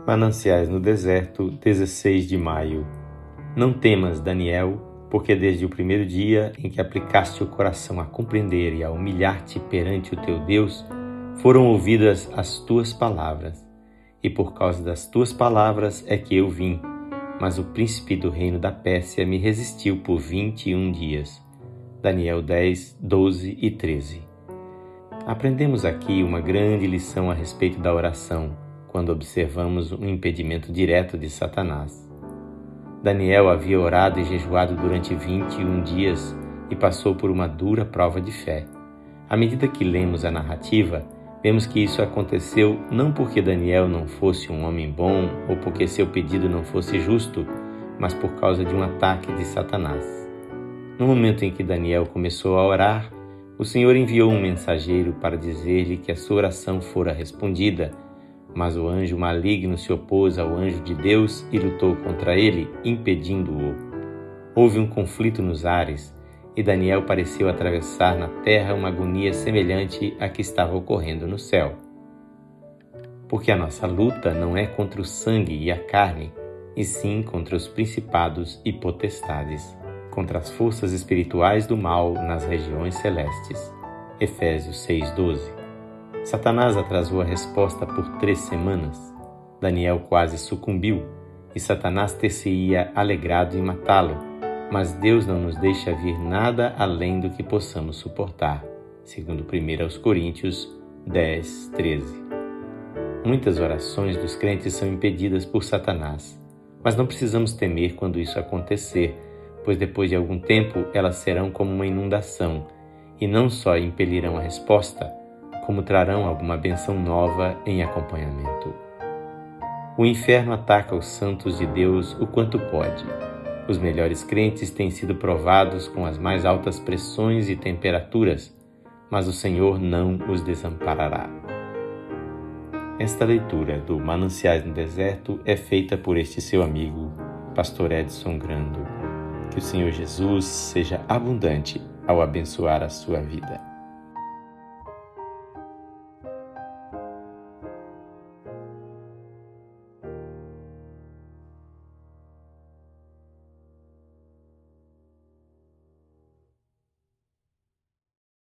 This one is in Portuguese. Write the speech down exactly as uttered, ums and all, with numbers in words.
Mananciais no Deserto, dezesseis de maio. Não temas, Daniel, porque desde o primeiro dia em que aplicaste o coração a compreender e a humilhar-te perante o teu Deus, foram ouvidas as tuas palavras. E por causa das tuas palavras é que eu vim, mas o príncipe do reino da Pérsia me resistiu por vinte e um dias. Daniel dez, doze e treze. Aprendemos aqui uma grande lição a respeito da oração, quando observamos um impedimento direto de Satanás. Daniel havia orado e jejuado durante vinte e um dias e passou por uma dura prova de fé. À medida que lemos a narrativa, vemos que isso aconteceu não porque Daniel não fosse um homem bom ou porque seu pedido não fosse justo, mas por causa de um ataque de Satanás. No momento em que Daniel começou a orar, o Senhor enviou um mensageiro para dizer-lhe que a sua oração fora respondida, mas o anjo maligno se opôs ao anjo de Deus e lutou contra ele, impedindo-o. Houve um conflito nos ares, e Daniel pareceu atravessar na terra uma agonia semelhante à que estava ocorrendo no céu. Porque a nossa luta não é contra o sangue e a carne, e sim contra os principados e potestades, contra as forças espirituais do mal nas regiões celestes. Efésios seis, doze. Satanás atrasou a resposta por três semanas. Daniel quase sucumbiu, e Satanás ter-se-ia alegrado em matá-lo, mas Deus não nos deixa vir nada além do que possamos suportar. Segundo primeira aos Coríntios dez, treze. Muitas orações dos crentes são impedidas por Satanás, mas não precisamos temer quando isso acontecer, pois depois de algum tempo elas serão como uma inundação, e não só impelirão a resposta, como trarão alguma bênção nova em acompanhamento. O inferno ataca os santos de Deus o quanto pode. Os melhores crentes têm sido provados com as mais altas pressões e temperaturas, mas o Senhor não os desamparará. Esta leitura do Mananciais no Deserto é feita por este seu amigo, Pastor Edson Grando. Que o Senhor Jesus seja abundante ao abençoar a sua vida.